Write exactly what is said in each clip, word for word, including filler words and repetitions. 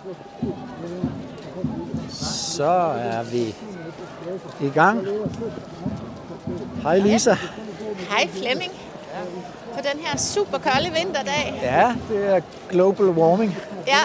Så er vi i gang. Hej Lisa. Hej Flemming. På den her super kolde vinterdag. Ja, det er global warming. Ja.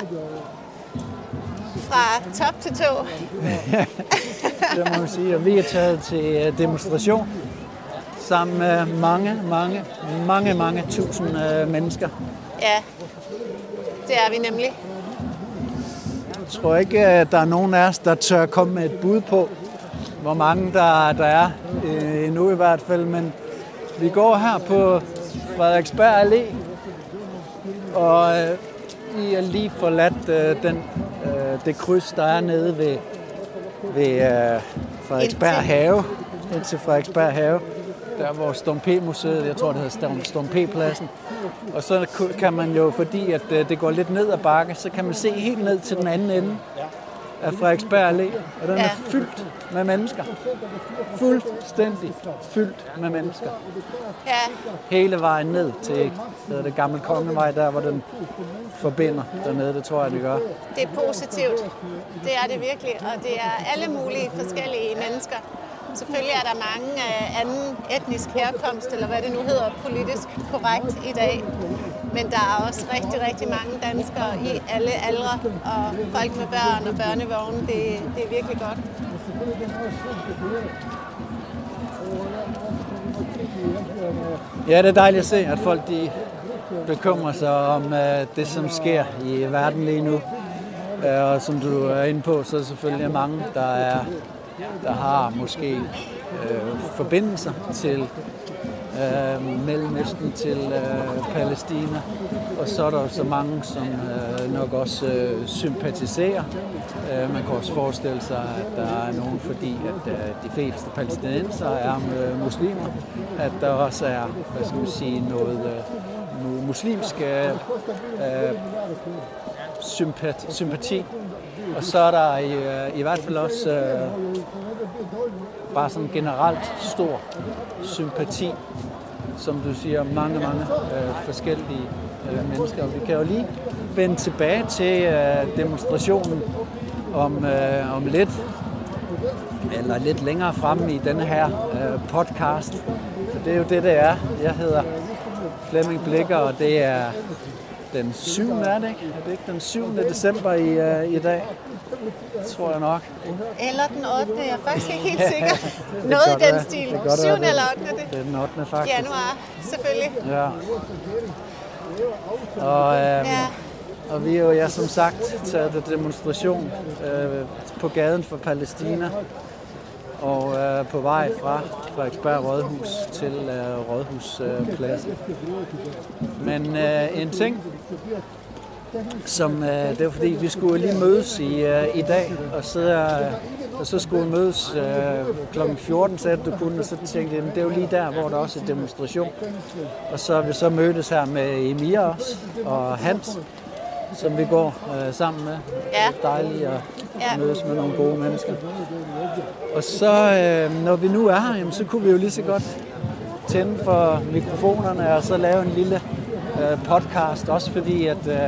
Fra top til tå. Det må man sige. Og vi er taget til demonstration sammen med mange, mange, mange, mange tusind mennesker. Ja, det er vi nemlig. Jeg tror ikke, at der er nogen af os, der tør komme med et bud på, hvor mange der, der er endnu i hvert fald. Men vi går her på Frederiksberg Allé, og vi er lige forladt den, det kryds, der er nede ved, ved Frederiksberg Have, ind til Frederiksberg Have. Der hvor Storm P-museet, jeg tror det hedder Storm P-pladsen. Og så kan man jo, fordi at det går lidt ned ad bakke, så kan man se helt ned til den anden ende af Frederiksberg Allé. Og den ja. er fyldt med mennesker. Fuldstændig fyldt med mennesker. Ja. Hele vejen ned til det, det gamle Kongevej, der hvor den forbinder dernede, det tror jeg, det gør. Det er positivt. Det er det virkelig, og det er alle mulige forskellige mennesker. Selvfølgelig er der mange af anden etnisk herkomst, eller hvad det nu hedder, politisk korrekt i dag. Men der er også rigtig, rigtig mange danskere i alle aldre, og folk med børn og børnevogne. Det, det er virkelig godt. Ja, det er dejligt at se, at folk de bekymrer sig om uh, det, som sker i verden lige nu. Uh, og som du er inde på, så er der selvfølgelig mange, der er der har måske øh, forbindelser til øh, Mellemøsten, til øh, Palæstina, og så er der så mange, som øh, nok også øh, sympatiserer. Øh, man kan også forestille sig, at der er nogen, fordi at øh, de fleste palæstinensere er øh, muslimer, at der også er, hvad skal man sige, noget øh, muslimsk øh, sympati, sympati. Og så er der i, i hvert fald også øh, bare sådan generelt stor sympati, som du siger, mange, mange øh, forskellige øh, mennesker. Og vi kan jo lige vende tilbage til øh, demonstrationen om, øh, om lidt, eller lidt længere fremme i denne her øh, podcast. For det er jo det, det er. Jeg hedder Flemming Blicher, og det er den syvende, er det ikke? Er det ikke den syvende december i, uh, i dag? Det tror jeg nok. Eller den ottende, jeg er faktisk ikke helt sikker. Noget i den stil. syvende eller ottende Det. det er den ottende faktisk. Januar, selvfølgelig. Ja. Og, øhm, ja. og vi er jo, ja, som sagt, taget til demonstration øh, på gaden for Palæstina. Og øh, på vej fra Frederiksberg Rådhus til øh, Rådhuspladsen. Øh, Men øh, en ting, som øh, det var fordi, vi skulle lige mødes i, øh, i dag, og så, øh, og så skulle vi mødes øh, klokken fjorten, sagde du kunne, og så tænkte jeg, det er jo lige der, hvor der også er demonstration. Og så har vi så mødtes her med Emir også, og Hans, som vi går øh, sammen med. Ja. Dejligt at ja. mødes med nogle gode mennesker. Og så, øh, når vi nu er her, jamen, så kunne vi jo lige så godt tænde for mikrofonerne og så lave en lille øh, podcast, også fordi at øh,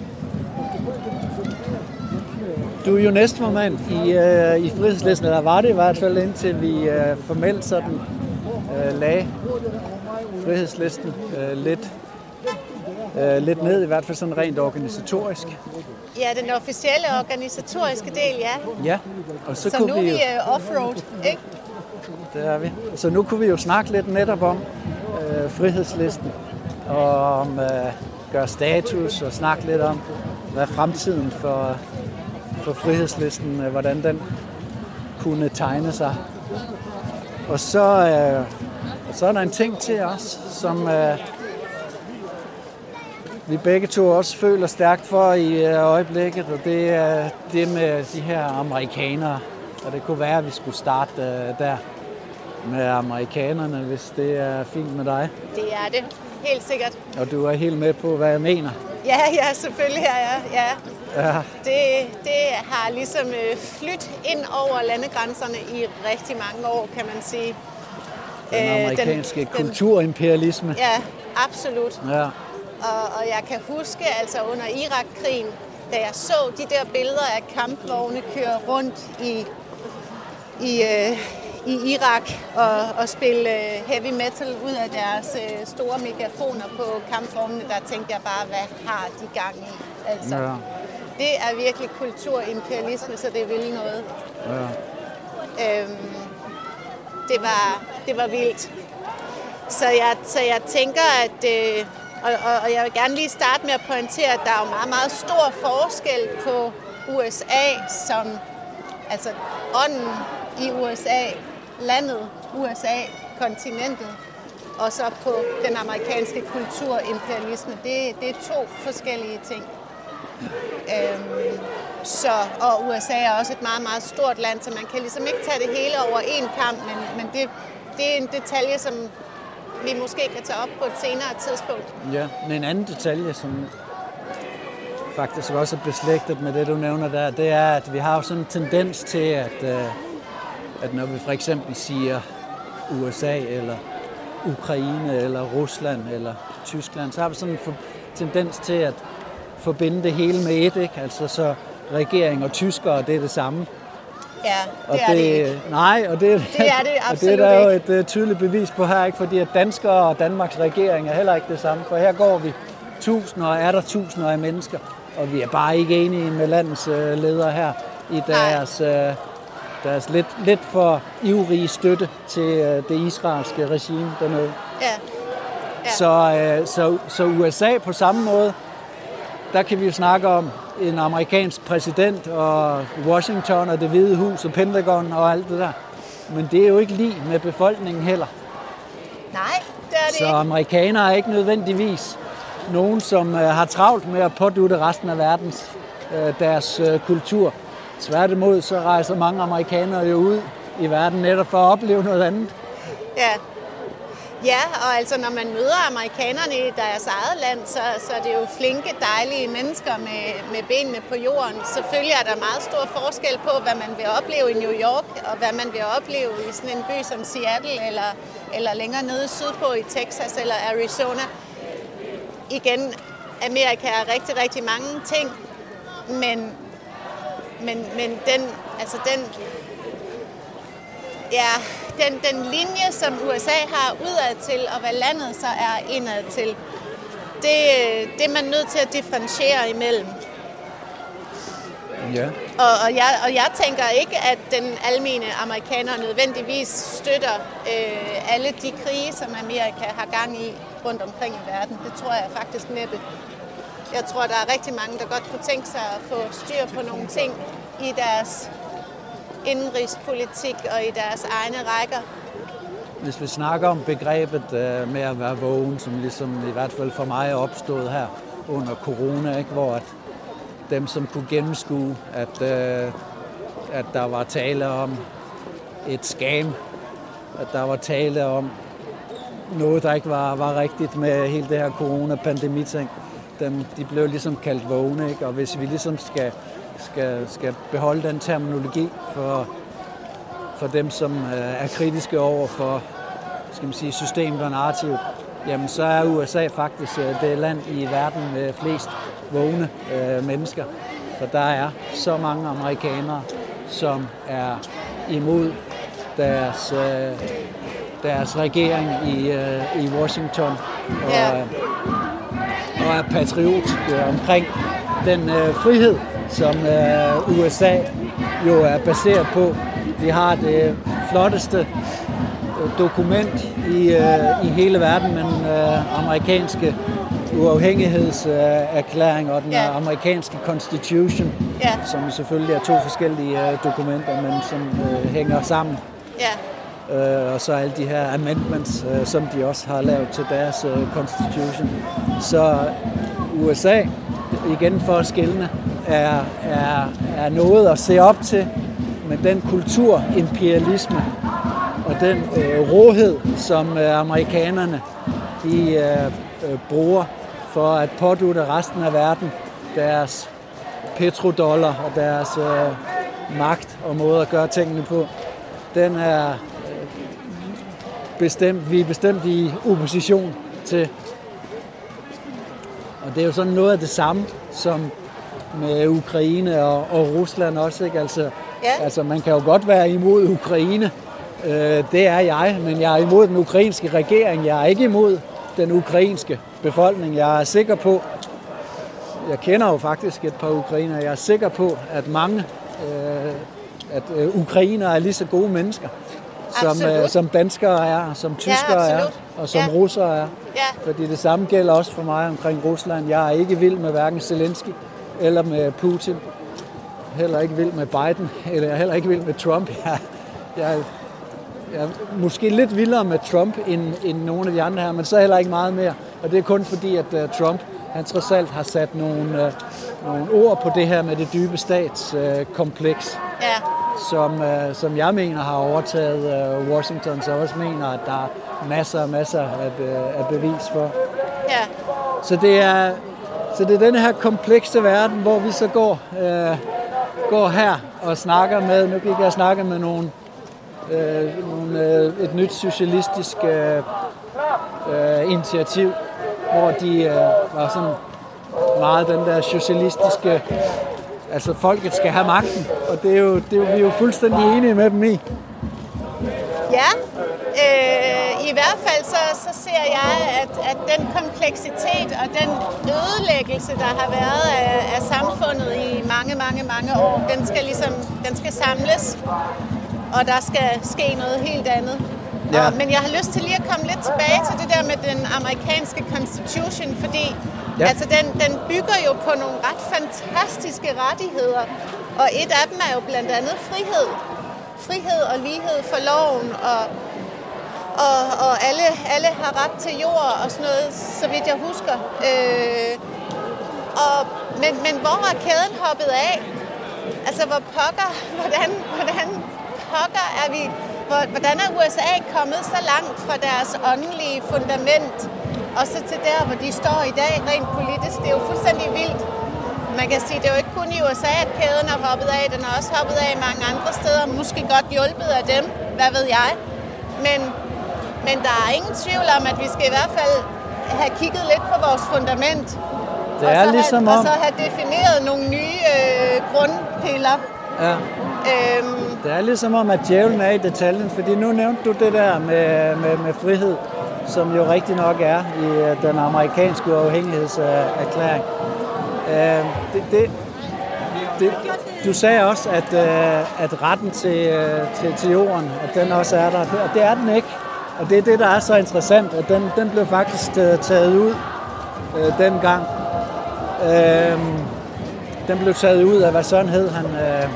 du er jo næstformand i, øh, i Frihedslisten, eller var det i hvert fald, indtil vi øh, formelt sådan øh, lagde Frihedslisten øh, lidt Uh, lidt ned, i hvert fald sådan rent organisatorisk. Ja, den officielle organisatoriske del, ja. Ja, og så, så kunne nu vi er jo, vi uh, offroad, ikke? Det er vi. Så nu kunne vi jo snakke lidt netop om uh, Frihedslisten, og om uh, gøre status, og snakke lidt om, hvad fremtiden for, for Frihedslisten, uh, hvordan den kunne tegne sig. Og så, uh, og så er der en ting til os, som uh, vi begge to også føler stærkt for i øjeblikket, og det er det med de her amerikanere. Og det kunne være, at vi skulle starte der med amerikanerne, hvis det er fint med dig. Det er det, helt sikkert. Og du er helt med på, hvad jeg mener. Ja, ja, selvfølgelig er jeg. Ja. Ja. Det, det har ligesom flyttet ind over landegrænserne i rigtig mange år, kan man sige. Den amerikanske den, kulturimperialisme. Den, ja, absolut. Ja. Og, og jeg kan huske, altså under Irak-krigen, da jeg så de der billeder af kampvogne køre rundt i, i, øh, i Irak og, og spille heavy metal ud af deres øh, store megafoner på kampvognene, der tænkte jeg bare, hvad har de gang i? Altså, ja. Det er virkelig kulturimperialisme, så det vil noget. Ja. Øhm, det, var, det var vildt. Så jeg, så jeg tænker, at... Øh, og, og, og jeg vil gerne lige starte med at pointere, at der er jo meget, meget stor forskel på U S A, som... Altså ånden i U S A, landet U S A, kontinentet, og så på den amerikanske kulturimperialisme. Det, det er to forskellige ting. Øhm, så, og U S A er også et meget, meget stort land, så man kan ligesom ikke tage det hele over én kamp, men, men det, det er en detalje, som vi måske kan tage op på et senere tidspunkt. Ja, men en anden detalje, som faktisk også er beslægtet med det, du nævner der, det er, at vi har jo sådan en tendens til, at, at når vi for eksempel siger U S A, eller Ukraine, eller Rusland, eller Tyskland, så har vi sådan en tendens til at forbinde det hele med et, ikke? Altså så regering og tyskere, det er det samme. Ja, det og er det, det ikke. Nej, og det, det er det absolut og det er der jo et uh, tydeligt bevis på her, ikke? Fordi at danskere og Danmarks regering er heller ikke det samme, for her går vi tusinder og er der tusinder af mennesker, og vi er bare ikke enige med landets uh, ledere her i deres, uh, deres lidt, lidt for ivrige støtte til uh, det israelske regime dernede. Ja. Ja. Så, uh, så, så U S A på samme måde, der kan vi jo snakke om en amerikansk præsident og Washington og Det Hvide Hus og Pentagon og alt det der. Men det er jo ikke lige med befolkningen heller. Nej, det er det Så ikke. amerikanere er ikke nødvendigvis nogen, som uh, har travlt med at pådutte resten af verdens uh, deres uh, kultur. Tværtimod så rejser mange amerikanere jo ud i verden netop for at opleve noget andet. Ja. Ja, og altså når man møder amerikanerne i deres eget land, så, så er det jo flinke, dejlige mennesker med, med benene på jorden. Selvfølgelig er der meget stor forskel på, hvad man vil opleve i New York, og hvad man vil opleve i sådan en by som Seattle, eller, eller længere nede sydpå i Texas eller Arizona. Igen, Amerika er rigtig, rigtig mange ting, men, men, men den, altså den... Ja, den, den linje, som U S A har udad til, og hvad landet så er indad til, det, det er man nødt til at differentiere imellem. Ja. Og, og, jeg, og jeg tænker ikke, at den almene amerikaner nødvendigvis støtter øh, alle de krige, som Amerika har gang i rundt omkring i verden. Det tror jeg faktisk næppe. Jeg tror, der er rigtig mange, der godt kunne tænke sig at få styr på nogle ting i deres indenrigspolitik og i deres egne rækker. Hvis vi snakker om begrebet uh, med at være vågen, som ligesom i hvert fald for mig er opstået her under corona, ikke? Hvor at dem, som kunne gennemskue, at, uh, at der var tale om et scam, at der var tale om noget, der ikke var, var rigtigt med hele det her corona-pandemi-ting, dem, de blev ligesom kaldt vågne, ikke? Og hvis vi ligesom skal Skal, skal beholde den terminologi for, for dem, som øh, er kritiske over for skal man sige, systemet og narrativet, jamen så er U S A faktisk øh, det land i verden med flest vågne øh, mennesker. For der er så mange amerikanere, som er imod deres, øh, deres regering i, øh, i Washington og, yeah. og er patriotiske omkring den øh, frihed, som øh, U S A jo er baseret på. Vi har det flotteste øh, dokument i, øh, i hele verden, med den øh, amerikanske uafhængighedserklæring øh, og den yeah. amerikanske Constitution, yeah. som selvfølgelig er to forskellige øh, dokumenter, men som øh, hænger sammen. Yeah. Øh, og så alle de her amendments, øh, som de også har lavet til deres øh, Constitution. Så U S A, igen for at skelne, Er, er, er noget at se op til, med den kulturimperialisme og den øh, råhed, som øh, amerikanerne de, øh, øh, bruger for at pådutte resten af verden deres petrodollar og deres øh, magt og måde at gøre tingene på. Den er øh, bestemt, vi er bestemt i opposition til. Og det er jo sådan noget af det samme, som med Ukraine og, og Rusland også, ikke? Altså, Ja. altså, man kan jo godt være imod Ukraine, øh, det er jeg, men jeg er imod den ukrainske regering, jeg er ikke imod den ukrainske befolkning. Jeg er sikker på, jeg kender jo faktisk et par ukrainere, jeg er sikker på, at mange øh, at øh, ukrainere er lige så gode mennesker, som, øh, som danskere er, som tyskere ja, er, og som ja. russere er. Ja. Fordi det samme gælder også for mig omkring Rusland. Jeg er ikke vild med hverken Zelensky eller med Putin. Heller ikke vild med Biden, eller jeg er heller ikke vild med Trump. Jeg, jeg, jeg er måske lidt vildere med Trump end, end nogle af de andre her, men så heller ikke meget mere. Og det er kun fordi, at uh, Trump han trods alt har sat nogle, uh, nogle ord på det her med det dybe statskompleks, uh, Ja. som, uh, som jeg mener har overtaget uh, Washington, så også mener, at der er masser og masser af, uh, af bevis for. Ja. Så det er, så det er den her komplekse verden, hvor vi så går, uh, går her og snakker med, nu gik jeg og snakke med nogle, uh, nogle, uh, et nyt socialistisk uh, uh, initiativ, hvor de uh, var sådan meget den der socialistiske, altså folket skal have magten, og det er jo, det er jo, vi er jo fuldstændig enige med dem i. Ja, øh, i hvert fald så, så ser jeg, at, at den kompleksitet og den ødelæggelse, der har været af, af samfundet i mange, mange, mange år, den skal ligesom, den skal samles, og der skal ske noget helt andet. Ja. Og, men jeg har lyst til lige at komme lidt tilbage til det der med den amerikanske constitution, fordi ja. altså den, den bygger jo på nogle ret fantastiske rettigheder, og et af dem er jo blandt andet frihed. Frihed og lighed for loven, og, og, og alle, alle har ret til jord og sådan noget, så vidt jeg husker. Øh, og, men, men hvor er kæden hoppet af? Altså, hvor pokker, hvordan, hvordan pokker er vi, hvor, hvordan er U S A kommet så langt fra deres åndelige fundament, og så til der, hvor de står i dag, rent politisk? Det er jo fuldstændig vildt. Man kan sige, det er jo ikke kun i U S A, at kæden er hoppet af. Den er også hoppet af mange andre steder. Måske godt hjulpet af dem. Hvad ved jeg? Men, men der er ingen tvivl om, at vi skal i hvert fald have kigget lidt på vores fundament. Det og, er så ligesom have, om... og så have defineret nogle nye øh, grundpiller. Ja. Øhm, Det er ligesom om, at djævlen er i detaljen, fordi nu nævnte du det der med, med, med frihed, som jo rigtig nok er i den amerikanske uafhængighedserklæring. Øh, det, det, det, du sagde også, at, øh, at retten til, øh, til, til jorden, at den også er der, og det er den ikke. Og det er det, der er så interessant, at den, den blev faktisk øh, taget ud øh, dengang. Øh, den blev taget ud af, hvad sådan hed han? Øh,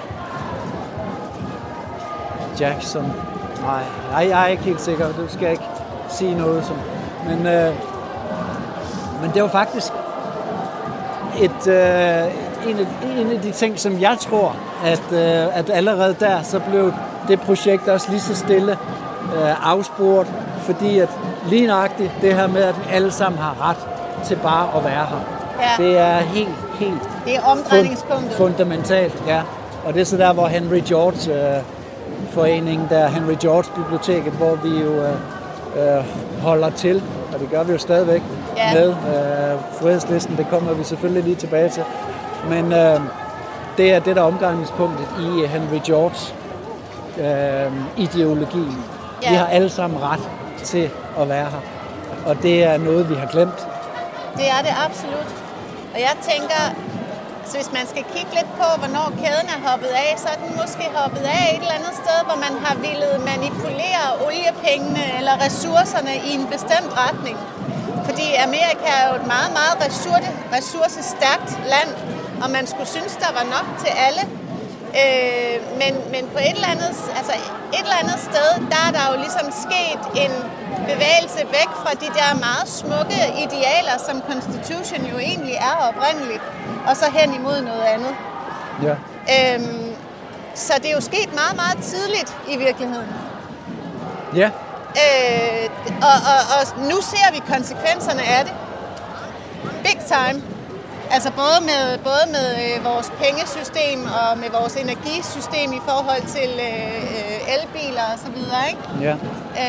Jackson. Nej, jeg, jeg er ikke helt sikker, du skal ikke sige noget som. Men, øh, men det var faktisk et, øh, en, af, en af de ting, som jeg tror, at, øh, at allerede der, så blev det projekt også lige så stille øh, afspurgt, fordi at lige nøjagtigt det her med, at vi alle sammen har ret til bare at være her. Ja. Det er helt, helt det er omdrejningspunktet. Fund, fundamentalt, ja. Og det er så der, hvor Henry George øh, foreningen, der Henry George Biblioteket, hvor vi jo øh, øh, holder til, og det gør vi jo stadigvæk ja. med øh, frihedslisten, det kommer vi selvfølgelig lige tilbage til. Men øh, det er det, der er omgangspunktet i Henry George øh, ideologien. Ja. Vi har alle sammen ret til at være her, og det er noget, vi har glemt. Det er det absolut. Og jeg tænker, så hvis man skal kigge lidt på, hvornår kæden er hoppet af, så er den måske hoppet af et eller andet sted, hvor man har villet manipulere oliepengene eller ressourcerne i en bestemt retning. Fordi Amerika er jo et meget, meget ressource, ressourcestærkt land, og man skulle synes, der var nok til alle. Øh, men, men på et eller, andet, altså et eller andet sted, der er der jo ligesom sket en bevægelse væk fra de der meget smukke idealer, som Constitution jo egentlig er oprindeligt, og så hen imod noget andet. Ja. Øhm, så det er jo sket meget, meget tidligt i virkeligheden. Ja. Øh, og, og, og nu ser vi konsekvenserne af det. Big time. Altså både med, både med øh, vores pengesystem og med vores energisystem i forhold til øh, elbiler og så videre, ikke? Ja.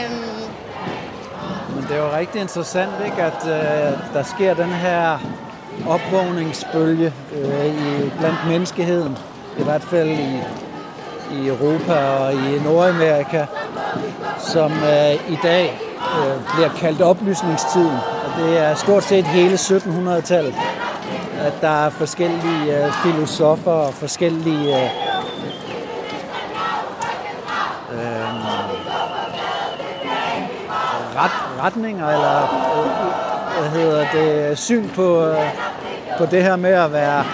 Øhm, Men det er jo rigtig interessant, ikke, at øh, der sker den her opvågningsbølge øh, i, blandt menneskeheden, i hvert fald i, i Europa og i Nordamerika, som øh, i dag øh, bliver kaldt oplysningstiden. Og det er stort set hele syttenhundredetallet, at der er forskellige øh, filosofer og forskellige øh, øh, ret, retninger eller øh, hvad hedder det, syn på, øh, på det her med at være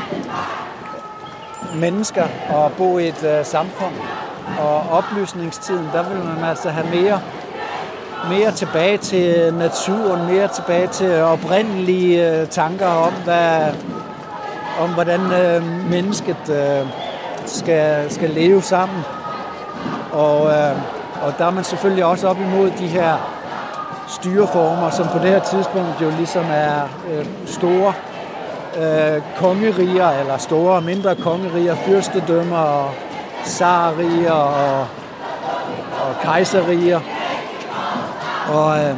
mennesker og bo i et øh, samfund. Og oplysningstiden, der vil man altså have mere, mere tilbage til naturen, mere tilbage til oprindelige øh, tanker om, hvad, om hvordan øh, mennesket øh, skal, skal leve sammen. Og, øh, og der er man selvfølgelig også op imod de her styreformer, som på det her tidspunkt jo ligesom er øh, store øh, kongeriger, eller store og mindre kongeriger, fyrstedømmer og zarriger og, og kejserriger. Og, øh,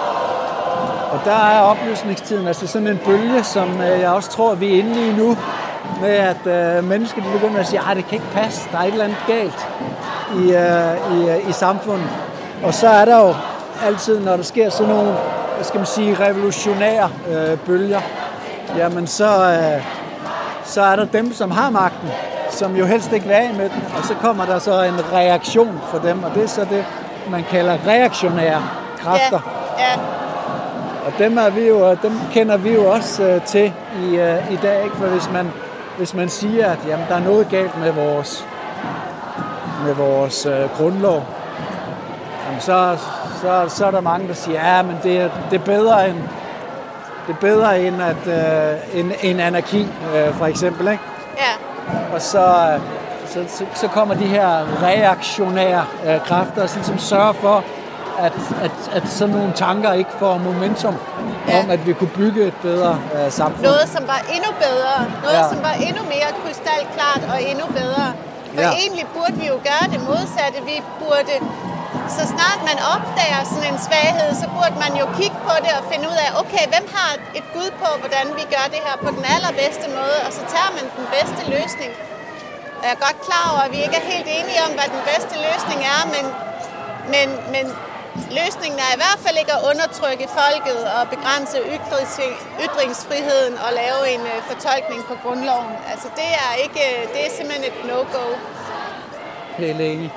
og der er oplysningstiden altså sådan en bølge, som øh, jeg også tror, vi er inde i nu, med at øh, mennesker de begynder at sige, at det kan ikke passe, der er et eller andet galt i, øh, i, øh, i samfundet. Og så er der jo altid, når der sker sådan nogle, hvad skal man sige, revolutionære øh, bølger, jamen så, øh, så er der dem, som har magten, som jo helst ikke vil af med den, og så kommer der så en reaktion for dem, og det er så det, man kalder reaktionære kræfter. Ja, ja. Og dem, er vi jo, dem kender vi jo også øh, til i, øh, i dag, ikke? For hvis man, hvis man siger, at jamen, der er noget galt med vores, med vores øh, grundlov, jamen, så, så, så er der mange, der siger, ja, men det, det er bedre end, det er bedre end, at, øh, end, end anarki, øh, for eksempel, ikke? Ja. Og så, så, så, så kommer de her reaktionære øh, kræfter, som sørger for, at, at, at sådan nogle tanker ikke får momentum ja. om, at vi kunne bygge et bedre øh, samfund. Noget, som var endnu bedre. Noget, ja. som var endnu mere krystalklart og endnu bedre. For ja. egentlig burde vi jo gøre det modsatte. Vi burde, så snart man opdager sådan en svaghed, så burde man jo kigge på det og finde ud af, okay, hvem har et bud på, hvordan vi gør det her på den allerbedste måde, og så tager man den bedste løsning. Og jeg er godt klar over, at vi ikke er helt enige om, hvad den bedste løsning er, men, men, men løsningen er i hvert fald ikke at undertrykke folket og begrænse ytringsfriheden og lave en uh, fortolkning på grundloven. Altså det er ikke, det er simpelthen et no-go. Helt enig.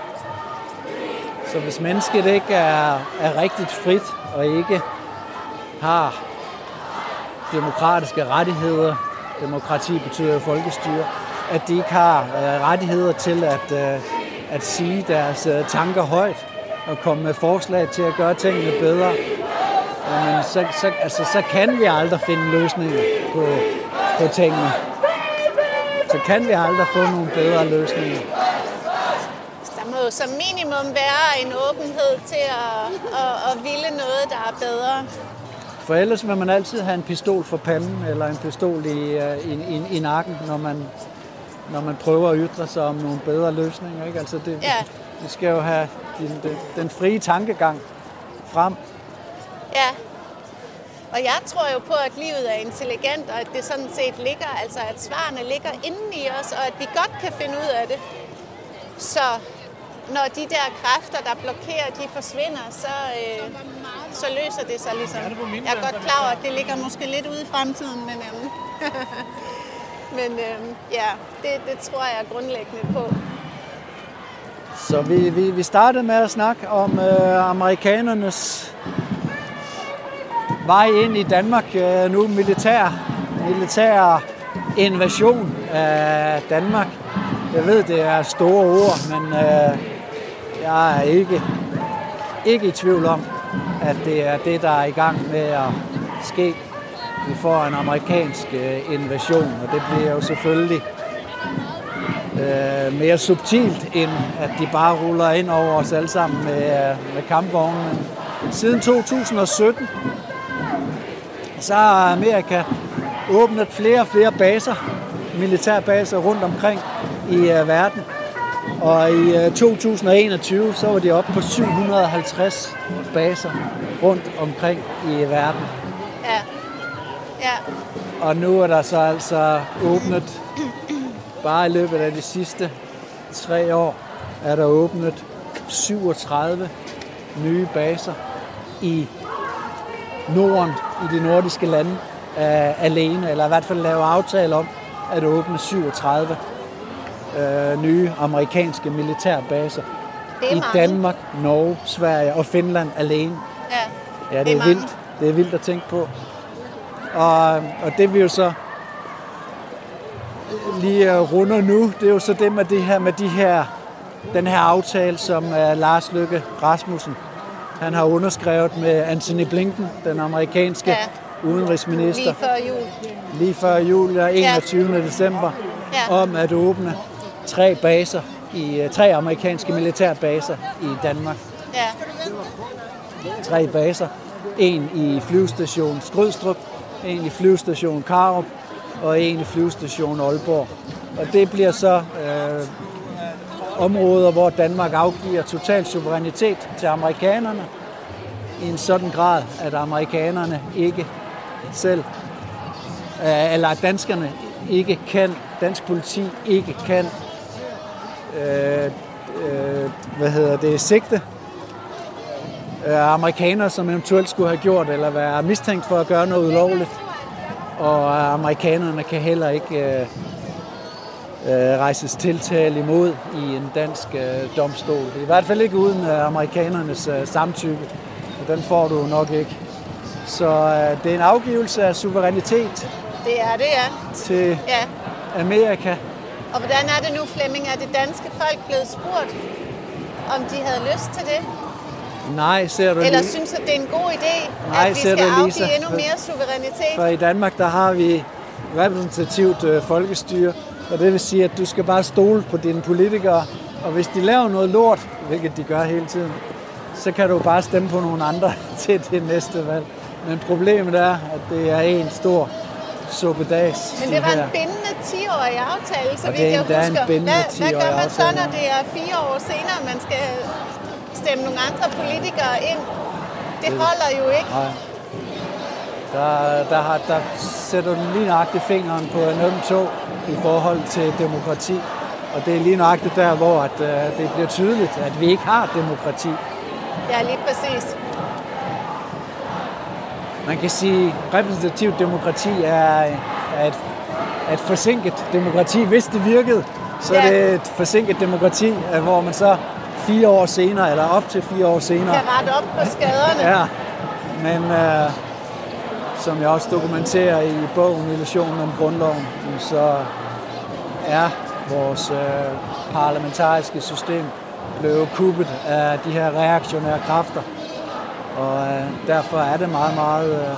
Så hvis mennesket ikke er, er rigtigt frit og ikke har demokratiske rettigheder, demokrati betyder folkestyre, at de ikke har uh, rettigheder til at, uh, at sige deres uh, tanker højt, og komme med forslag til at gøre tingene bedre, men så, så, altså, så kan vi aldrig finde løsninger på, på tingene. Så kan vi aldrig få nogle bedre løsninger. Der må jo som minimum være en åbenhed til at, at, at ville noget, der er bedre. For ellers vil man altid have en pistol for panden, eller en pistol i, i, i, i nakken, når man, når man prøver at ytre sig om nogle bedre løsninger. Ikke? Altså det, ja. Vi skal jo have den, den, den frie tankegang frem. Ja, og jeg tror jo på, at livet er intelligent, og at det sådan set ligger, altså at svarene ligger inden i os, og at vi godt kan finde ud af det. Så når de der kræfter, der blokerer, de forsvinder, så, øh, så løser det sig ligesom. Jeg er godt klar over, at det ligger måske lidt ude i fremtiden, men, øh, men øh, ja, det, det tror jeg grundlæggende på. Så vi, vi, vi startede med at snakke om øh, amerikanernes vej ind i Danmark, øh, nu militær, militær invasion af Danmark. Jeg ved, det er store ord, men øh, jeg er ikke, ikke i tvivl om, at det er det, der er i gang med at ske. Vi får en amerikansk øh, invasion, og det bliver jo selvfølgelig Øh, mere subtilt, end at de bare ruller ind over os alle sammen med, med kampvogne. Siden to tusind og sytten, så har Amerika åbnet flere og flere baser, militærbaser rundt omkring i uh, verden. Og i uh, to tusind og enogtyve, så var de oppe på syv hundrede og halvtreds baser rundt omkring i verden. Ja. Ja. Og nu er der så altså åbnet, bare i løbet af de sidste tre år, er der åbnet syvogtredive nye baser i Norden, i de nordiske lande, uh, alene, eller i hvert fald lave aftale om at åbne syvogtredive uh, nye amerikanske militærbaser i Danmark, Norge, Sverige og Finland alene. Ja, ja det, det er, er vildt. Det er vildt at tænke på. Og, og det vi jo så lige runder nu, det er jo så det med, det her, med de her, den her aftale, som uh, Lars Løkke Rasmussen han har underskrevet med Antony Blinken, den amerikanske ja. udenrigsminister. Lige før jul. Lige før jul, ja, enogtyvende Ja. december, ja. om at åbne tre baser, i tre amerikanske militærbaser i Danmark. Ja. Tre baser. En i flyvestation Skrydstrup, en i flyvestation Karup og en i flyvestation Aalborg. Og det bliver så øh, områder, hvor Danmark afgiver total suverænitet til amerikanerne i en sådan grad, at amerikanerne ikke selv, øh, eller at danskerne ikke kan, dansk politi ikke kan, øh, øh, hvad hedder det, sigte øh, amerikanere, som eventuelt skulle have gjort, eller være mistænkt for at gøre noget ulovligt. Og amerikanerne kan heller ikke øh, øh, rejses tiltale imod i en dansk øh, domstol. Det er i hvert fald ikke uden øh, amerikanernes øh, samtykke, og den får du nok ikke. Så øh, det er en afgivelse af suverænitet. Det er det, ja. Til ja. Amerika. Og hvordan er det nu, Flemming? Er det danske folk blevet spurgt, om de havde lyst til det? Nej, ser du Eller lige... synes at det er en god idé, Nej, at vi skal afgive Lisa, endnu mere suverænitet? For i Danmark, der har vi repræsentativt øh, folkestyre, og det vil sige, at du skal bare stole på dine politikere, og hvis de laver noget lort, hvilket de gør hele tiden, så kan du bare stemme på nogle andre til det næste valg. Men problemet er, at det er en stor suppedags. Men det var en bindende ti-årig aftale, så og vidt jeg husker. Hvad, hvad gør man så, når det er fire år senere, man skal stemme nogle andre politikere ind? Det holder jo ikke. Nej. Der, der, har, der sætter du lige nøjagtigt fingeren på en øm tå i forhold til demokrati. Og det er lige nøjagtigt der, hvor at, uh, det bliver tydeligt, at vi ikke har demokrati. Ja, lige præcis. Man kan sige, at repræsentativt demokrati er, er, et, er et forsinket demokrati. Hvis det virkede, så ja. er det et forsinket demokrati, hvor man så fire år senere, eller op til fire år senere... kan rette op på skaderne. Ja, men uh, som jeg også dokumenterer i bogen Illusionen om Grundloven, så er vores uh, parlamentariske system blevet kuppet af de her reaktionære kræfter. Og uh, derfor er det meget, meget, uh,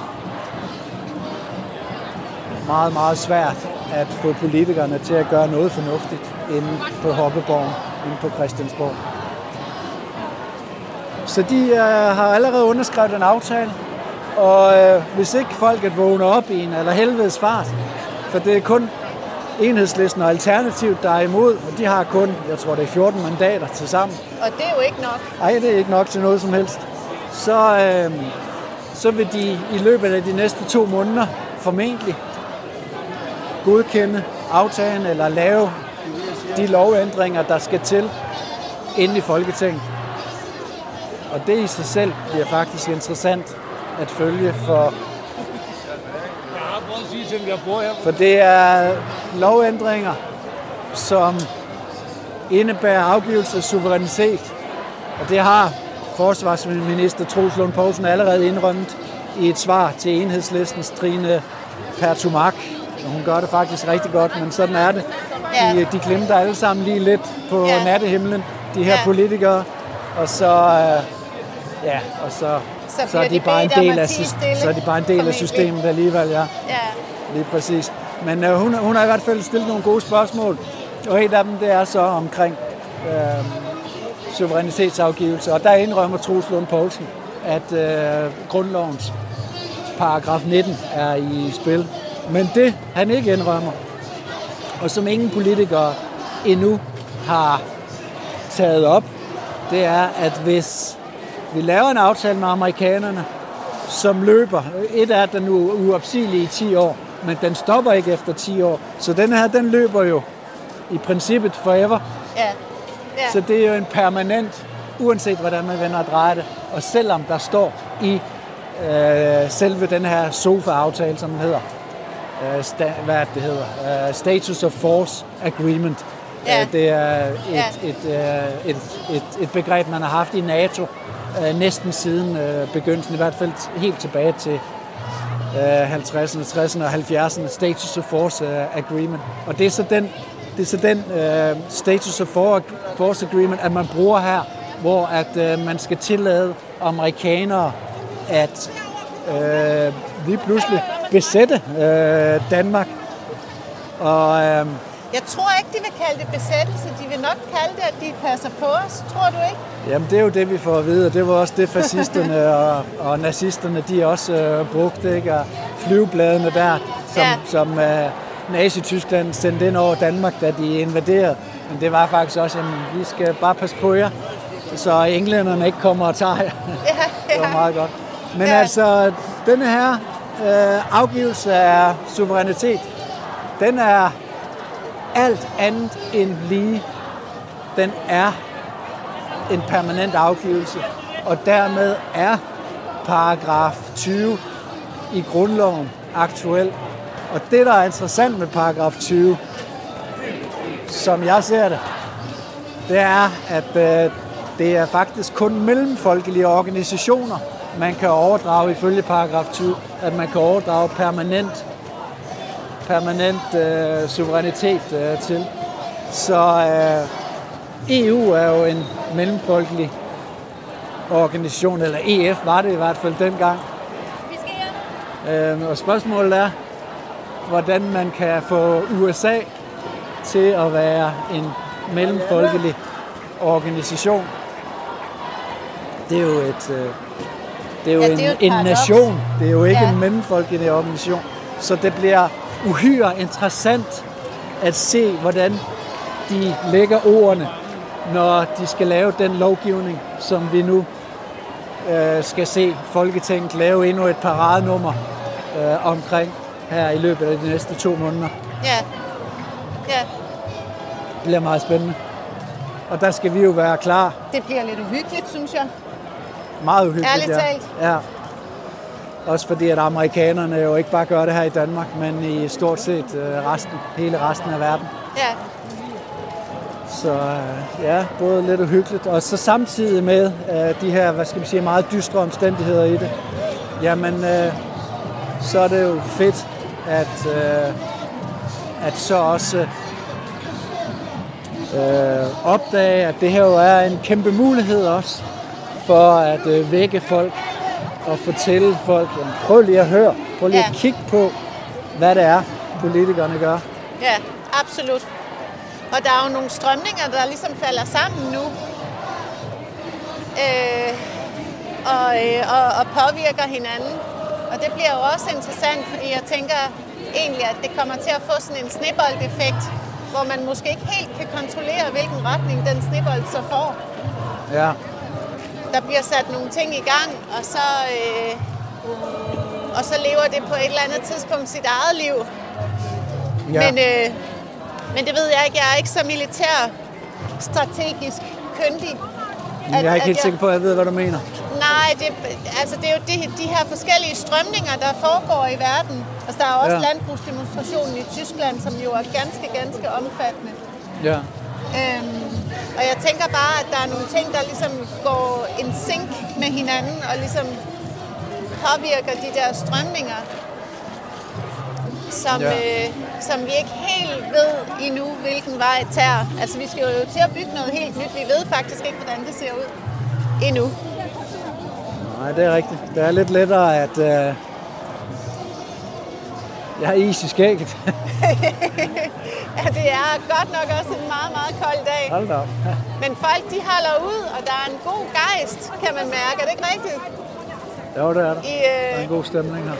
meget, meget svært at få politikerne til at gøre noget fornuftigt inde på hoppeborgen, inde på Christiansborg. Så de uh, har allerede underskrevet en aftale, og uh, hvis ikke folket vågner op i en eller helvedes fart, for det er kun Enhedslisten og Alternativt, der er imod, og de har kun, jeg tror det er fjorten mandater til sammen. Og det er jo ikke nok. Nej, det er ikke nok til noget som helst. Så, øh, så vil de i løbet af de næste to måneder formentlig godkende aftalen eller lave de lovændringer, der skal til inde i Folketinget. Og det i sig selv bliver faktisk interessant at følge, for, for det er lovændringer, som indebærer afgivelse af suverænitet. Og det har forsvarsminister Troels Lund Poulsen allerede indrømmet i et svar til Enhedslistens Trine Pertou Mach. Hun gør det faktisk rigtig godt, men sådan er det. De, de glemmer alle sammen lige lidt på ja. nattehimlen, de her ja. politikere. Og så, øh, ja, og så, så, så, er de bare en del af, så er de bare en del af systemet alligevel, ja. ja. Lige præcis. Men øh, hun, hun har i hvert fald stillet nogle gode spørgsmål, og et af dem det er så omkring øh, suverænitetsafgivelse. Og der indrømmer Troels Lund Poulsen, at øh, grundlovens paragraf nitten er i spil. Men det, han ikke indrømmer, og som ingen politikere endnu har taget op, det er, at hvis vi laver en aftale med amerikanerne, som løber. Et er, at den er uopsigelig i ti år, men den stopper ikke efter ti år. Så den her, den løber jo i princippet forever. Ja. Ja. Så det er jo en permanent, uanset hvordan man vender og drejer det. Og selvom der står i øh, selve den her SOFA-aftale, som den hedder, øh, sta- hvad det hedder, øh, Status of Force Agreement. Ja. Øh, det er et, Ja. et, øh, et, et, et begreb, man har haft i NATO øh, næsten siden øh, begyndelsen, i hvert fald helt tilbage til øh, halvtredserne, tresserne og halvfjerdserne, Status of Force øh, Agreement. Og det er så den Det er så den uh, Status of Force Agreement, at man bruger her, hvor at uh, man skal tillade amerikanere at uh, lige pludselig besætte uh, Danmark. Og, uh, Jeg tror ikke, de vil kalde det besættelse. De vil nok kalde det, at de passer på os. Tror du ikke? Jamen, det er jo det, vi får at vide, og det var også det, fascisterne og, og nazisterne, de også uh, brugte, ikke? Og flyvebladene der, som... Ja. som uh, Nazi-Tyskland sendte ind over Danmark, da de invaderede. Men det var faktisk også, at vi skal bare passe på jer, så englænderne ikke kommer og tager jer. Ja, ja. Det var meget godt. Men Ja. altså, denne her øh, afgivelse af suverænitet, den er alt andet end lige. Den er en permanent afgivelse, og dermed er paragraf tyve i grundloven aktuel. Og det, der er interessant med paragraf tyve, som jeg ser det, det er, at øh, det er faktisk kun mellemfolkelige organisationer, man kan overdrage ifølge paragraf tyve, at man kan overdrage permanent, permanent øh, suverænitet øh, til. Så øh, E U er jo en mellemfolkelig organisation, eller E F var det i hvert fald dengang. Øh, og spørgsmålet er, hvordan man kan få U S A til at være en mellemfolkelig organisation. Det er jo et, øh, det er jo Ja, en, det er jo et en paradoks. nation. Det er jo ikke Ja. en mellemfolkelig organisation. Så det bliver uhyre interessant at se, hvordan de lægger ordene, når de skal lave den lovgivning, som vi nu øh, skal se Folketinget lave endnu et paradenummer øh, omkring her i løbet af de næste to måneder. Ja. Ja. Det bliver meget spændende. Og der skal vi jo være klar. Det bliver lidt uhyggeligt, synes jeg. Meget uhyggeligt, Ærligt ja. talt. Ja. Også fordi, at amerikanerne jo ikke bare gør det her i Danmark, men i stort set øh, resten, hele resten af verden. Ja. Så øh, ja, både lidt uhyggeligt. Og så samtidig med øh, de her, hvad skal man sige, meget dystre omstændigheder i det, jamen, øh, så er det jo fedt, at, øh, at så også øh, opdage, at det her jo er en kæmpe mulighed også, for at øh, vække folk og fortælle folk, jamen, prøv lige at høre, prøv lige Ja. at kigge på, hvad det er, politikerne gør. Ja, absolut. Og der er jo nogle strømninger, der ligesom falder sammen nu. Øh, og, øh, og, og påvirker hinanden. Og det bliver jo også interessant, fordi jeg tænker egentlig, at det kommer til at få sådan en sneboldeffekt, hvor man måske ikke helt kan kontrollere, hvilken retning den snebold så får. Ja. Der bliver sat nogle ting i gang, og så, øh, og så lever det på et eller andet tidspunkt sit eget liv. Ja. Men, øh, men det ved jeg ikke. Jeg er ikke så militær strategisk kyndig. Jeg er ikke helt sikker på, at jeg ved, hvad du mener. Nej, det, altså det er jo de, de her forskellige strømninger, der foregår i verden. Altså der er også Ja. ja. landbrugsdemonstrationen i Tyskland, som jo er ganske, ganske omfattende. Ja. Øhm, og jeg tænker bare, at der er nogle ting, der ligesom går en sync med hinanden, og ligesom påvirker de der strømninger, som, Ja. øh, som vi ikke helt ved endnu, hvilken vej tager. Altså vi skal jo til at bygge noget helt nyt. Vi ved faktisk ikke, hvordan det ser ud endnu. Nej, det er rigtigt. Det er lidt lettere, at øh, jeg har is i skægget. Ja, det er godt nok også en meget, meget kold dag. Hold da op. Men folk, de holder ud, og der er en god gejst, kan man mærke. Er det ikke rigtigt? Jo, det er der. I, Der er øh, en god stemning her.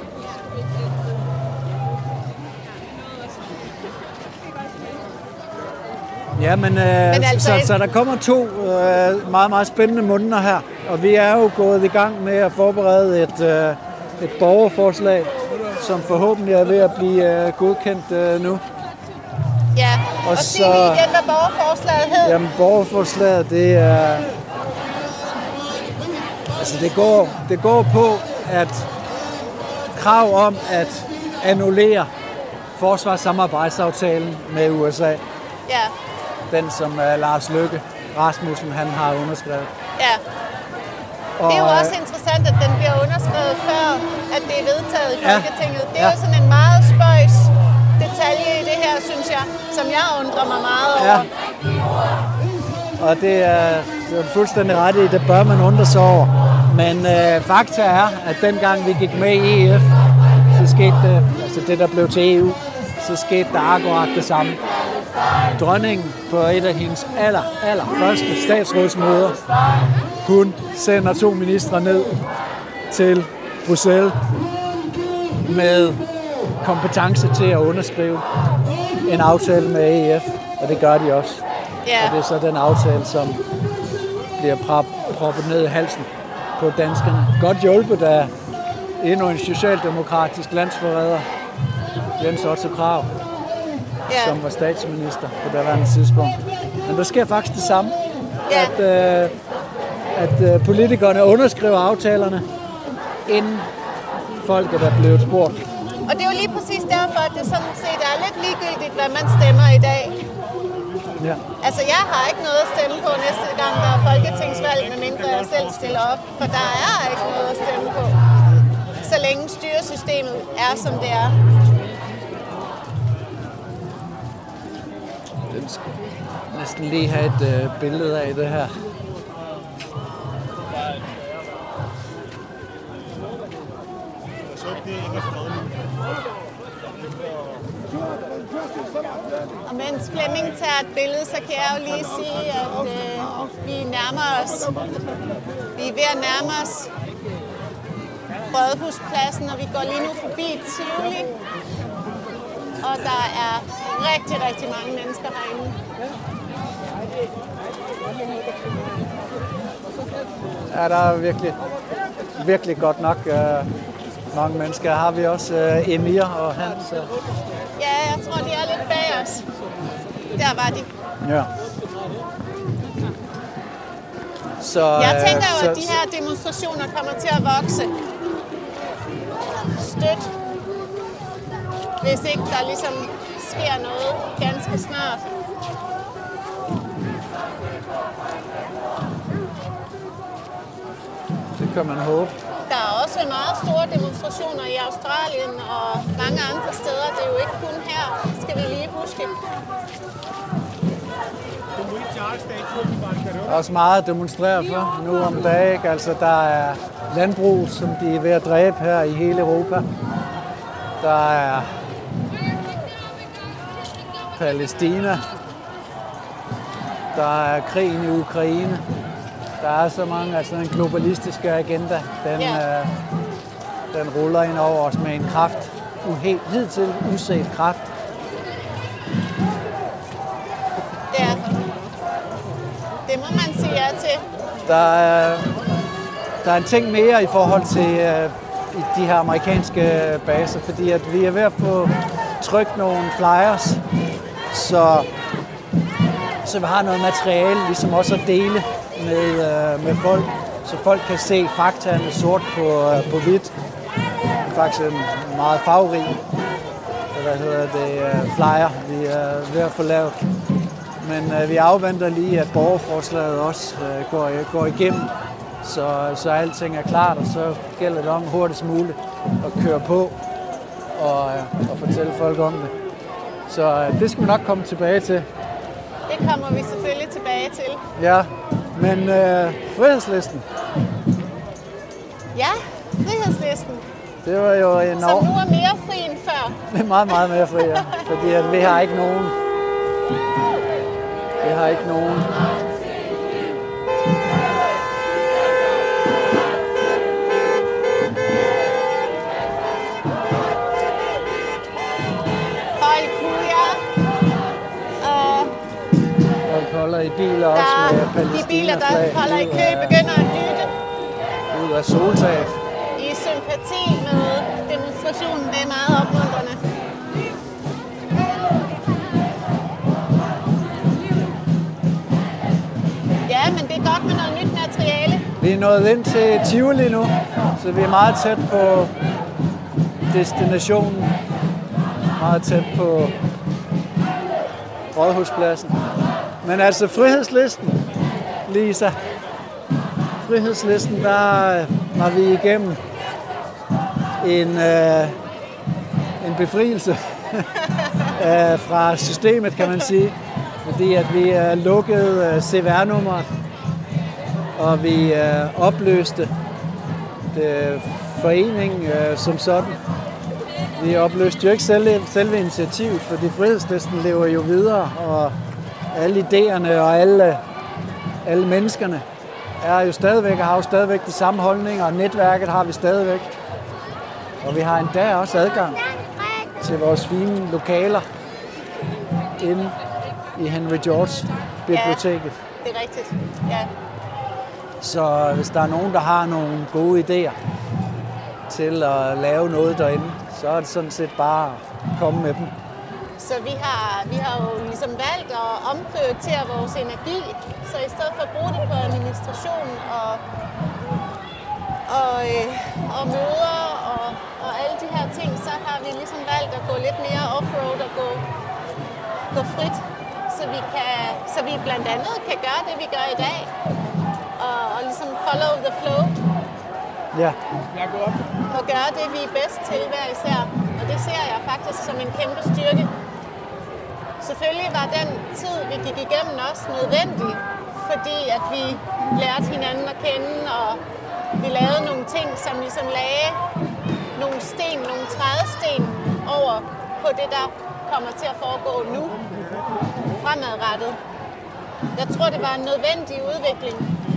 Ja, men, øh, Men altså så, et- så der kommer to øh, meget, meget spændende måneder her, og vi er jo gået i gang med at forberede et, øh, et borgerforslag, som forhåbentlig er ved at blive uh, godkendt uh, nu. Ja, og, og sig lige igen, hvad borgerforslaget hed. Jamen, borgerforslaget, det er... Altså, det går, det går på, at krav om at annullere forsvarssamarbejdsaftalen med U S A. Ja. Den, som uh, Lars Løkke Rasmussen, han har underskrevet. Ja. Og, det er jo også interessant, at den bliver underskrevet før, at det er vedtaget i Folketinget. Ja. Det er ja. jo sådan en meget spøjs detalje i det her, synes jeg, som jeg undrer mig meget over. Ja. Og det er, det er fuldstændig ret i, det bør man undre sig over. Men øh, fakta er, at dengang vi gik med i E F, så skete det, altså det der blev til E U, så skete der akkurat det samme. Dronningen på et af hendes aller, aller første statsrådsmøder, hun sender to ministre ned til Bruxelles med kompetence til at underskrive en aftale med E F, og det gør de også. Yeah. Og det er så den aftale, som bliver proppet ned i halsen på danskerne. Godt hjulpet af endnu en socialdemokratisk landsforræder, Jens Otto Krag, yeah. som var statsminister på daværende tidspunkt. Men der sker faktisk det samme, yeah. at, øh, at øh, politikerne underskriver aftalerne, inden folket er blevet spurgt. Og det er jo lige præcis derfor, at det sådan set er lidt ligegyldigt, hvad man stemmer i dag. Ja. Altså, jeg har ikke noget at stemme på næste gang, der er folketingsvalg, medmindre jeg selv stiller op, for der er ikke noget at stemme på, så længe styresystemet er, som det er. Den skal næsten lige have et øh, billede af det her. Og mens Flemming tager et billede, så kan jeg jo lige sige, at øh, vi nærmer os, vi er ved at nærme os Rådhuspladsen, og vi går lige nu forbi Tivoli. Og der er rigtig, rigtig mange mennesker herinde. Ja, der er virkelig, virkelig godt nok øh, mange mennesker. Her har vi også øh, Emir og Hans. Øh. Ja, jeg tror, de er lidt bag os. Der var de. Ja. Så, jeg tænker jo, så, at de her demonstrationer kommer til at vokse stødt, hvis ikke der ligesom sker noget ganske snart. Det kan man håbe. Der er også meget store demonstrationer i Australien og mange andre steder. Det er jo ikke kun her, skal vi lige huske. Der er også meget at demonstrere for nu om dagen. Altså, der er landbrug, som de er ved at dræbe her i hele Europa. Der er Palæstina. Der er krigen i Ukraine. Der er så mange, altså den globalistiske agenda, den, yeah. øh, den ruller ind over os med en kraft, uhed, hidtil uset kraft. Ja, det må man sige ja til. Der er, der er en ting mere i forhold til øh, de her amerikanske baser, fordi at vi er ved at få trykt nogle flyers, så, så vi har noget materiale, ligesom også at dele med, øh, med folk, så folk kan se faktaene sort på, øh, på hvidt. Det er faktisk en meget farverig hvad hedder det, øh, flyer, vi er ved at få lavet. Men øh, vi afventer lige, at borgerforslaget også øh, går, går igennem, så, så alting er klart, og så gælder det om hurtigst muligt at køre på og, øh, og fortælle folk om det. Så øh, det skal vi nok komme tilbage til. Det kommer vi selvfølgelig tilbage til. Ja, men øh, frihedslisten. Ja, frihedslisten. Det var jo en Som nu er mere fri end før. Det er meget, meget mere fri, ja. Fordi at vi har ikke nogen. Vi har ikke nogen. Folk hujer. Og folk holder i biler også med Palæstina. De biler, der holder i kø, begynder at dytte. Ud af soltaget. I sympati med demonstrationen. Det er meget opmuntrende. Ja, men det er godt med noget nyt materiale. Vi er nået ind til Tivoli nu, så vi er meget tæt på destinationen. Meget tæt på Rådhuspladsen. Men altså frihedslisten, Lisa. Frihedslisten, der var vi igennem en, øh, en befrielse fra systemet, kan man sige. Fordi at vi øh, lukkede øh, C V R-nummeret, og vi øh, opløste det, foreningen øh, som sådan. Vi opløste jo ikke selve, selve initiativet, fordi frihedslisten lever jo videre, og alle idéerne og alle, alle menneskerne er jo stadigvæk og har jo stadigvæk de samme holdninger, og netværket har vi stadigvæk. Og vi har endda også adgang til vores fine lokaler inde i Henry George biblioteket. Ja, det er rigtigt. Ja. Så hvis der er nogen, der har nogle gode idéer til at lave noget derinde, så er det sådan set bare at komme med dem. Så vi har, vi har jo ligesom valgt at omprioritere vores energi, så i stedet for at bruge det på administration og, og, øh, og møder og, og alle de her ting, så har vi ligesom valgt at gå lidt mere offroad og gå, gå frit, så vi, kan, så vi blandt andet kan gøre det, vi gør i dag, og, og ligesom follow the flow. Ja. Og gøre det, vi er bedst til hver især. Og det ser jeg faktisk som en kæmpe styrke. Selvfølgelig var den tid, vi gik igennem, også nødvendig, fordi at vi lærte hinanden at kende, og vi lavede nogle ting, som ligesom lagde nogle sten, nogle trædesten over på det, der kommer til at foregå nu, fremadrettet. Jeg tror, det var en nødvendig udvikling.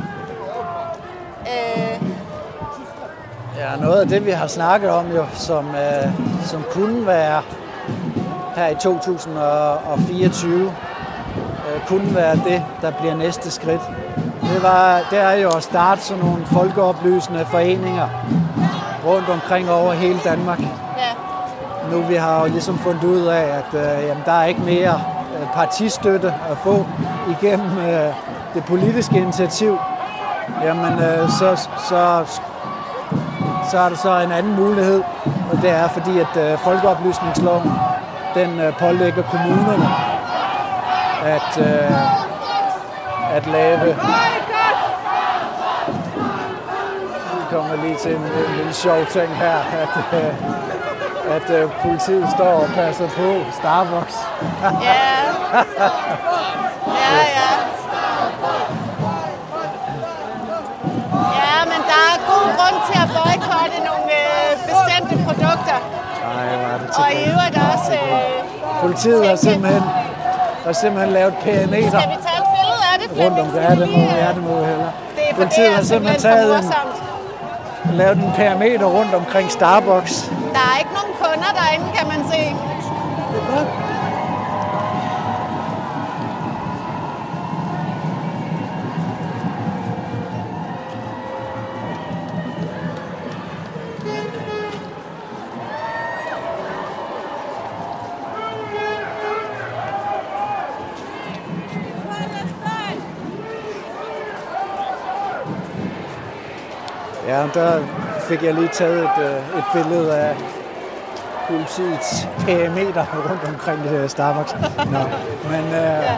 Øh, Ja, noget af det, vi har snakket om, jo, som, øh, som kunne være her i to tusind og fireogtyve, øh, kunne være det, der bliver næste skridt. Det, var, det er jo at starte sådan nogle folkeoplysende foreninger rundt omkring over hele Danmark. Ja. Nu vi har jo ligesom fundet ud af, at øh, jamen, der er ikke mere øh, partistøtte at få igennem øh, det politiske initiativ. Jamen, øh, så... så Så er der så en anden mulighed, og det er fordi, at øh, folkeoplysningsloven, den øh, pålægger kommunerne at, øh, at lave... Vi kommer lige til en, en lille sjov ting her, at, øh, at øh, politiet står og passer på Starbucks. Ja, ja, ja. Ja, men der er god grund til at boykotte nogle øh, bestemte produkter. Nej, var det og i øvrigt også... Øh, Politiet har simpelthen, har simpelthen lavet perimeter. Skal vi tage et billede af det, Rundt om det, det må, ja, det må vi hellere. Det er, Politiet det er har simpelthen taget en, lavet en perimeter rundt omkring Starbucks. Der er ikke nogen kunder derinde, kan man se. Det er godt. Ja, der fik jeg lige taget et, et billede af politiets perimeter rundt omkring Starbucks. Nå, men, øh, ja.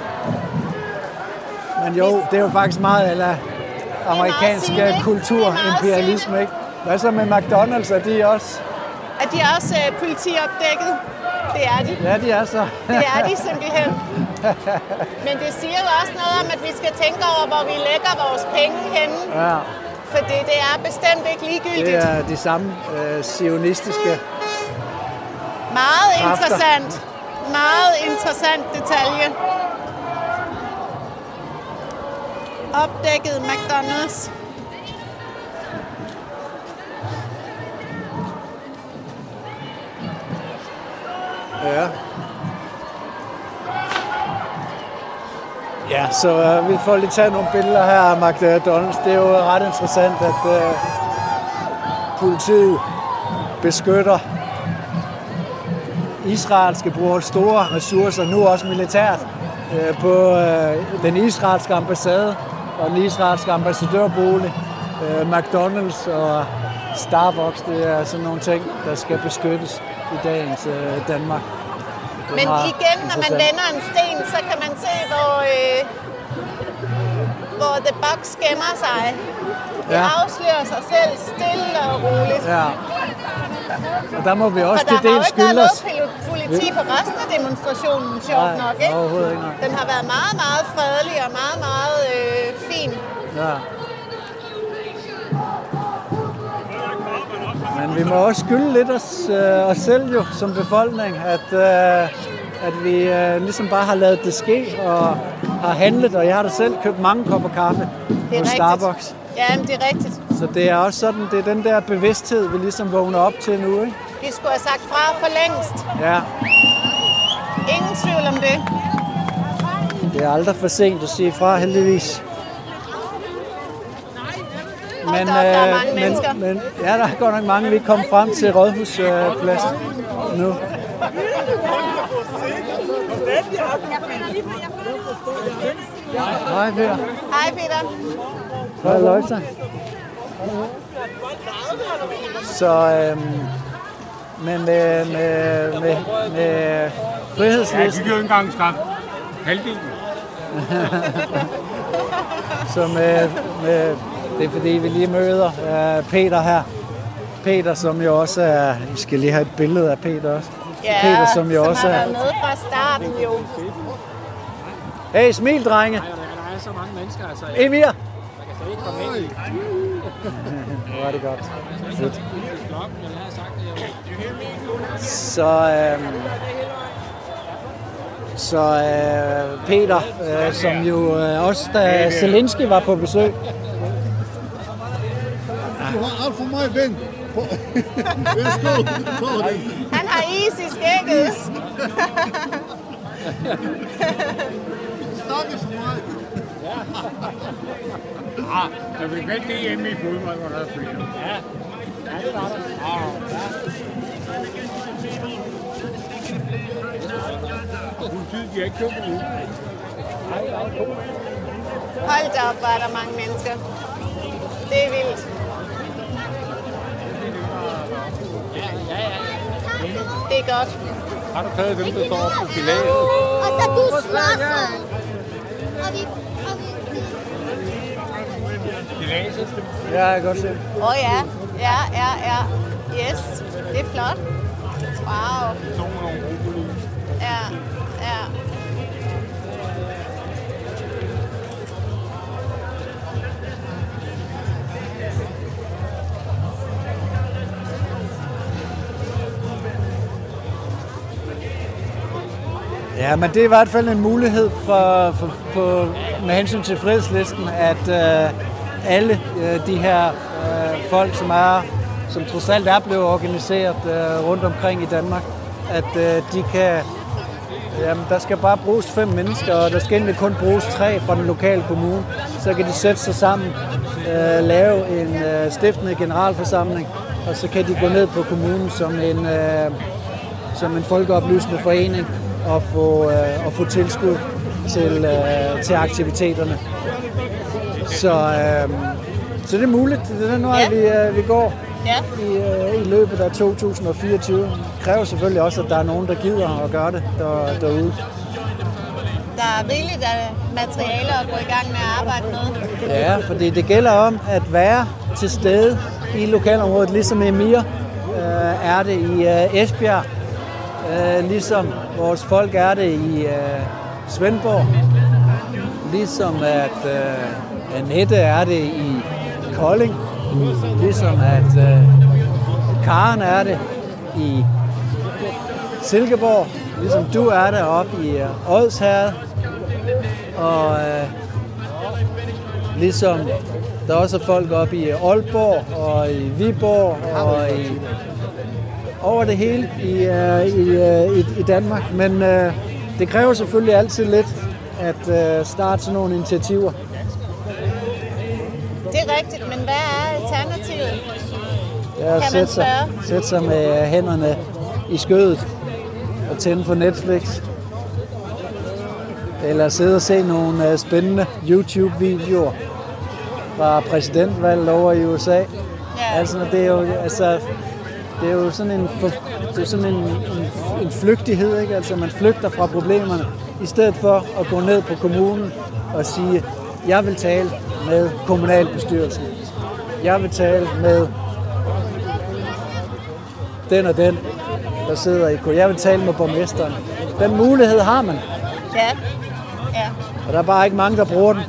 men jo, det er jo faktisk meget eller amerikansk kulturimperialisme, ikke? Hvad så med McDonald's? Er de også? Er de også uh, politiopdækket? Det er de. Ja, de er så. Det er de simpelthen. Men det siger jo også noget om, at vi skal tænke over, hvor vi lægger vores penge henne. Ja. Fordi det er bestemt ikke ligegyldigt. Det er de samme øh, zionistiske Meget kræfter. interessant. Meget interessant detalje. Opdækket McDonald's. Ja. Ja, så øh, vi får lige taget nogle billeder her af McDonald's. Det er jo ret interessant, at, øh, politiet beskytter. Israel skal bruge store ressourcer, nu også militært, på den israelske ambassade og den israelske ambassadørbolig, McDonald's og Starbucks. Det er sådan nogle ting, der skal beskyttes i dagens Danmark. Men igen, når man vender en sten, så kan man se, hvor, øh, hvor The Box gemmer sig. Det ja. afslører sig selv stille og roligt. Ja. Og der må vi også til dels skylde os. For der har jo ikke været noget politi på resten af demonstrationen, sjovt nej, nok, ikke? Overhovedet ikke. Den har været meget, meget fredelig og meget, meget øh, fin. Ja. Men vi må også skylde lidt os, øh, os selv jo, som befolkning, at, øh, at vi øh, ligesom bare har lavet det ske og har handlet, og jeg har da selv købt mange kopper kaffe på Starbucks. Ja, men det er rigtigt. Så det er også sådan, det er den der bevidsthed, vi ligesom vågner op til nu, ikke? Vi skulle have sagt fra for længst. Ja. Ingen tvivl om det. Det er aldrig for sent at sige fra, heldigvis. Men, op, der er mange men, mennesker. Men, ja, der er godt nok mange. Vi er kommet frem til Rådhuspladsen øh, nu. Hej Peter. Hej Peter. Hej Løjser. Så øhm, men med, med, med, med frihedslisten... Ja, de gør engang skam. Halvdelen. Så med, med, det er fordi, vi lige møder uh, Peter her. Peter, som jo også er... Vi skal lige have et billede af Peter også. Ja, Peter, som jo som også har er... været med fra starten jo. Hey, smil, drenge. Nej, der er så mange mennesker, altså. Emir. Man kan slet ikke komme ind. Nu var det godt. Fedt. Så, øhm, så øh, Peter, øh, som jo øh, også, da Zelensky var på besøg. Du har alt for mig, ven. Han har is i skægget. Snakke for mig. Ah, der vil vælge det hjemme i fodbold, hvor der er flere. Ja, ja, det var der. Ja. Politiet, de har ikke købt ud. Hold da op, hvor er der mange mennesker. Det er vildt. Det er godt. Har du taget dem, der står på filet? Og så du slåsser. Og vi... Filet? Ja, jeg kan godt se. Åh oh, ja. Ja, ja, ja. Yes. Det er flot. Wow. Ja, ja. Ja, men det er i hvert fald en mulighed for, for, for, med hensyn til fredslisten, at øh, alle øh, de her øh, folk, som er, som trods alt er blevet organiseret øh, rundt omkring i Danmark, at øh, de kan, jamen, der skal bare bruges fem mennesker, og der skal egentlig kun bruges tre fra den lokale kommune. Så kan de sætte sig sammen, øh, lave en øh, stiftende generalforsamling, og så kan de gå ned på kommunen som en, øh, som en folkeoplysende forening, og få, øh, og få tilskud til, øh, til aktiviteterne. Så, øh, så det er muligt. Det er den vej, ja. vi, øh, vi går ja. i, øh, i løbet af to tusind og fireogtyve. Det kræver selvfølgelig også, at der er nogen, der gider at gøre det der, derude. Der er rigeligt af materialer at gå i gang med at arbejde med. Ja, fordi det gælder om at være til stede i lokalområdet, ligesom Emir øh, er det i øh, Esbjerg. Uh, ligesom vores folk er det i uh, Svendborg, ligesom at uh, Annette er det i Kolding, ligesom at uh, Karen er det i Silkeborg, ligesom du er der oppe i uh, Odsherred, og uh, ligesom der også er folk oppe i Aalborg og i Viborg og i over det hele i, uh, i, uh, i, i Danmark, men uh, det kræver selvfølgelig altid lidt at uh, starte sådan nogle initiativer. Det er rigtigt, men hvad er alternativet? Det er at sætte sig, sætte sig med hænderne i skødet og tænde på Netflix. Eller sidde og se nogle uh, spændende YouTube-videoer fra præsidentvalget over i U S A. Ja. Altså, det er jo, altså, det er jo sådan en, det er sådan en, en, en flygtighed, ikke? Altså, man flygter fra problemerne, i stedet for at gå ned på kommunen og sige, jeg vil tale med kommunalbestyrelsen. Jeg vil tale med den og den, der sidder i kommunen. Jeg vil tale med borgmesteren. Den mulighed har man. Ja. Ja. Og der er bare ikke mange, der bruger den.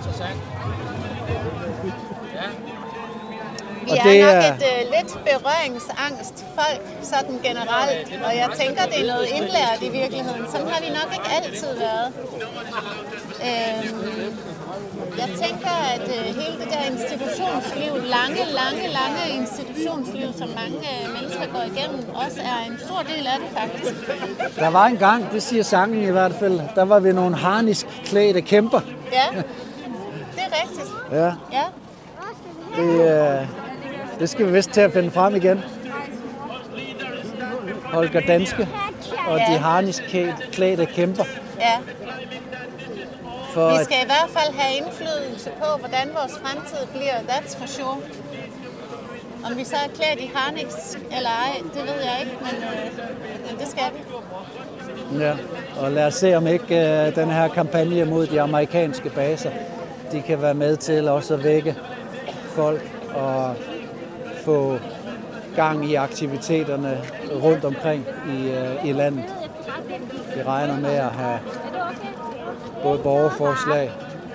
Vi er, er nok et uh, lidt berøringsangst folk, sådan generelt. Og jeg tænker, det er noget indlært i virkeligheden. Sådan har vi nok ikke altid været. Øhm, jeg tænker, at uh, hele det der institutionsliv, lange, lange, lange institutionsliv, som mange uh, mennesker går igennem, også er en stor del af det faktisk. Der var en gang, det siger sangen i hvert fald, der var vi nogle harnisk klædte kæmper. Ja, det er rigtigt. Ja. Ja. Det, uh, det skal vi vist til at finde frem igen. Holger Danske og ja. De harnisk klædte kæmper. Ja. For vi skal at... i hvert fald have indflydelse på, hvordan vores fremtid bliver. That's for sure. Om vi så er klædt i harnisk eller ej, det ved jeg ikke, men, øh, men det skal vi. Ja, og lad os se, om ikke øh, den her kampagne mod de amerikanske baser, de kan være med til også at vække folk og få gang i aktiviteterne rundt omkring i, øh, i landet. Vi regner med at have både borgerforslag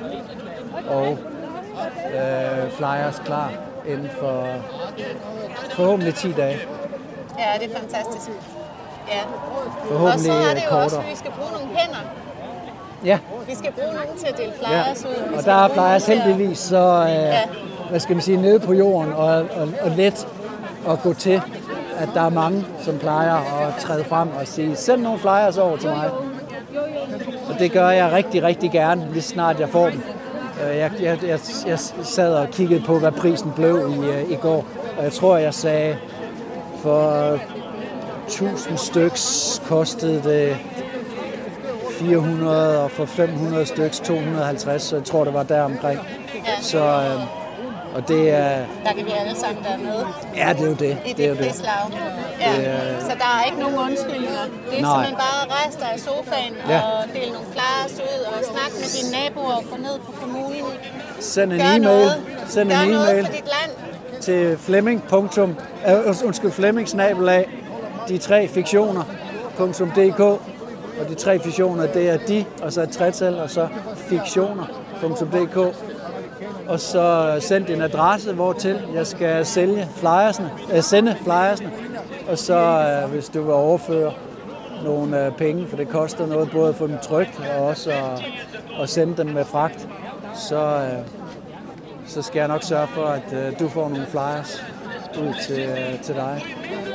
og øh, flyers klar inden for forhåbentlig ti dage. Ja, det er fantastisk. Ja. Forhåbentlig og så er det jo kortere. også, at vi skal bruge nogle hænder. Ja. Vi skal bruge nogen til at dele flyers ja. ud. Og der er flyers heldigvis så, øh, ja. hvad skal man sige, nede på jorden og, og, og let at gå til, at der er mange, som plejer at træde frem og sige, send nogle flyers over til mig. Og det gør jeg rigtig, rigtig gerne, lige snart jeg får dem. Jeg, jeg, jeg, jeg sad og kiggede på, hvad prisen blev i, i går, og jeg tror, jeg sagde, for tusind styks kostede det fire hundrede, og for fem hundrede styks to hundrede og halvtreds, så jeg tror, det var der omkring. Ja. Så, øh, og det er... Der kan vi alle sammen være med. Ja, det er jo det. I det, det, er jo det. Ja. Det er... Så der er ikke nogen undskyldninger. Det er Nej. simpelthen bare at rejse dig i sofaen ja. og dele nogle flyers ud og snakke med dine naboer og gå ned på kommunen. Send en Gør e-mail. noget. Send Gør en noget e-mail for dit land. Til Flemming. Punktum, uh, undskyld, Flemming snabelag de tre fiktioner punktum d k, og de tre fiktioner, det er de, og så et tretal, og så fiktioner punktum d k, og så send din adresse, hvortil jeg skal sælge flyersne, øh, sende flyersne, og så øh, hvis du vil overføre nogle øh, penge, for det koster noget både at få dem trykt og også at, at sende dem med fragt, så, øh, så skal jeg nok sørge for, at øh, du får nogle flyers ud til, øh, til dig.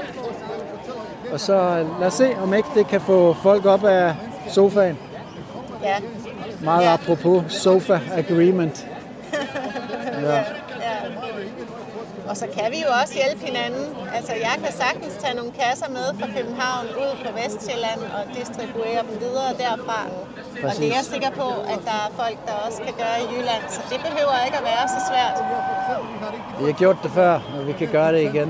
Og så øh, lad os se, om ikke det kan få folk op af sofaen. Ja. Meget ja. Apropos sofa agreement. Ja. Ja. Og så kan vi jo også hjælpe hinanden. Altså, jeg kan sagtens tage nogle kasser med fra København ud på Vestsjælland og distribuere dem videre derfra. Præcis. Og det er jeg sikker på, at der er folk, der også kan gøre i Jylland. Så det behøver ikke at være så svært. Vi har gjort det før, og vi kan gøre det igen.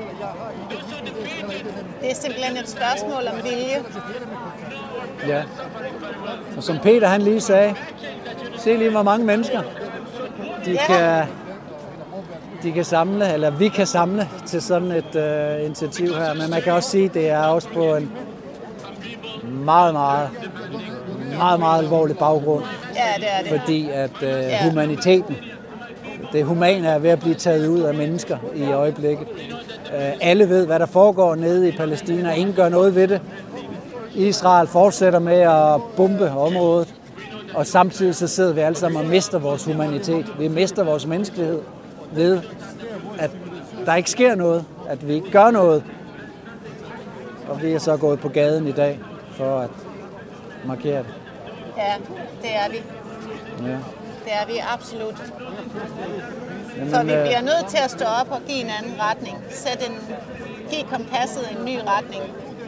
Det er simpelthen et spørgsmål om vilje. Ja. Og som Peter han lige sagde, se lige hvor mange mennesker de ja. kan de kan samle, eller vi kan samle til sådan et uh, initiativ her. Men man kan også sige, at det er også på en meget, meget, meget, meget alvorlig baggrund. Ja, det er det. Fordi at uh, ja. humaniteten, det humane er ved at blive taget ud af mennesker i øjeblikket. Uh, alle ved, hvad der foregår nede i Palæstina. Ingen gør noget ved det. Israel fortsætter med at bombe området. Og samtidig så sidder vi alle sammen og mister vores humanitet. Vi mister vores menneskelighed ved, at der ikke sker noget, at vi ikke gør noget. Og vi er så gået på gaden i dag for at markere det. Ja, det er vi. Ja. Det er vi absolut. For vi bliver nødt til at stå op og give en anden retning. Sætte en, give kompasset en ny retning.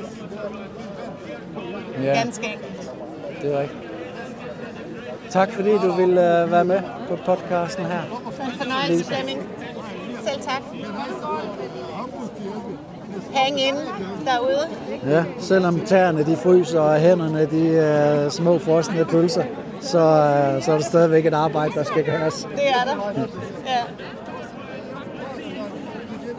Ja, Ganske enkelt. det er rigtigt. Tak fordi du ville uh, være med på podcasten her. For en fornøjelse, Flemming. Selv tak. Hang in derude. Ja, selvom tæerne de fryser og hænderne de uh, små frosne pølser, så, uh, så er der stadigvæk et arbejde, der skal gøres. Det er der. Ja.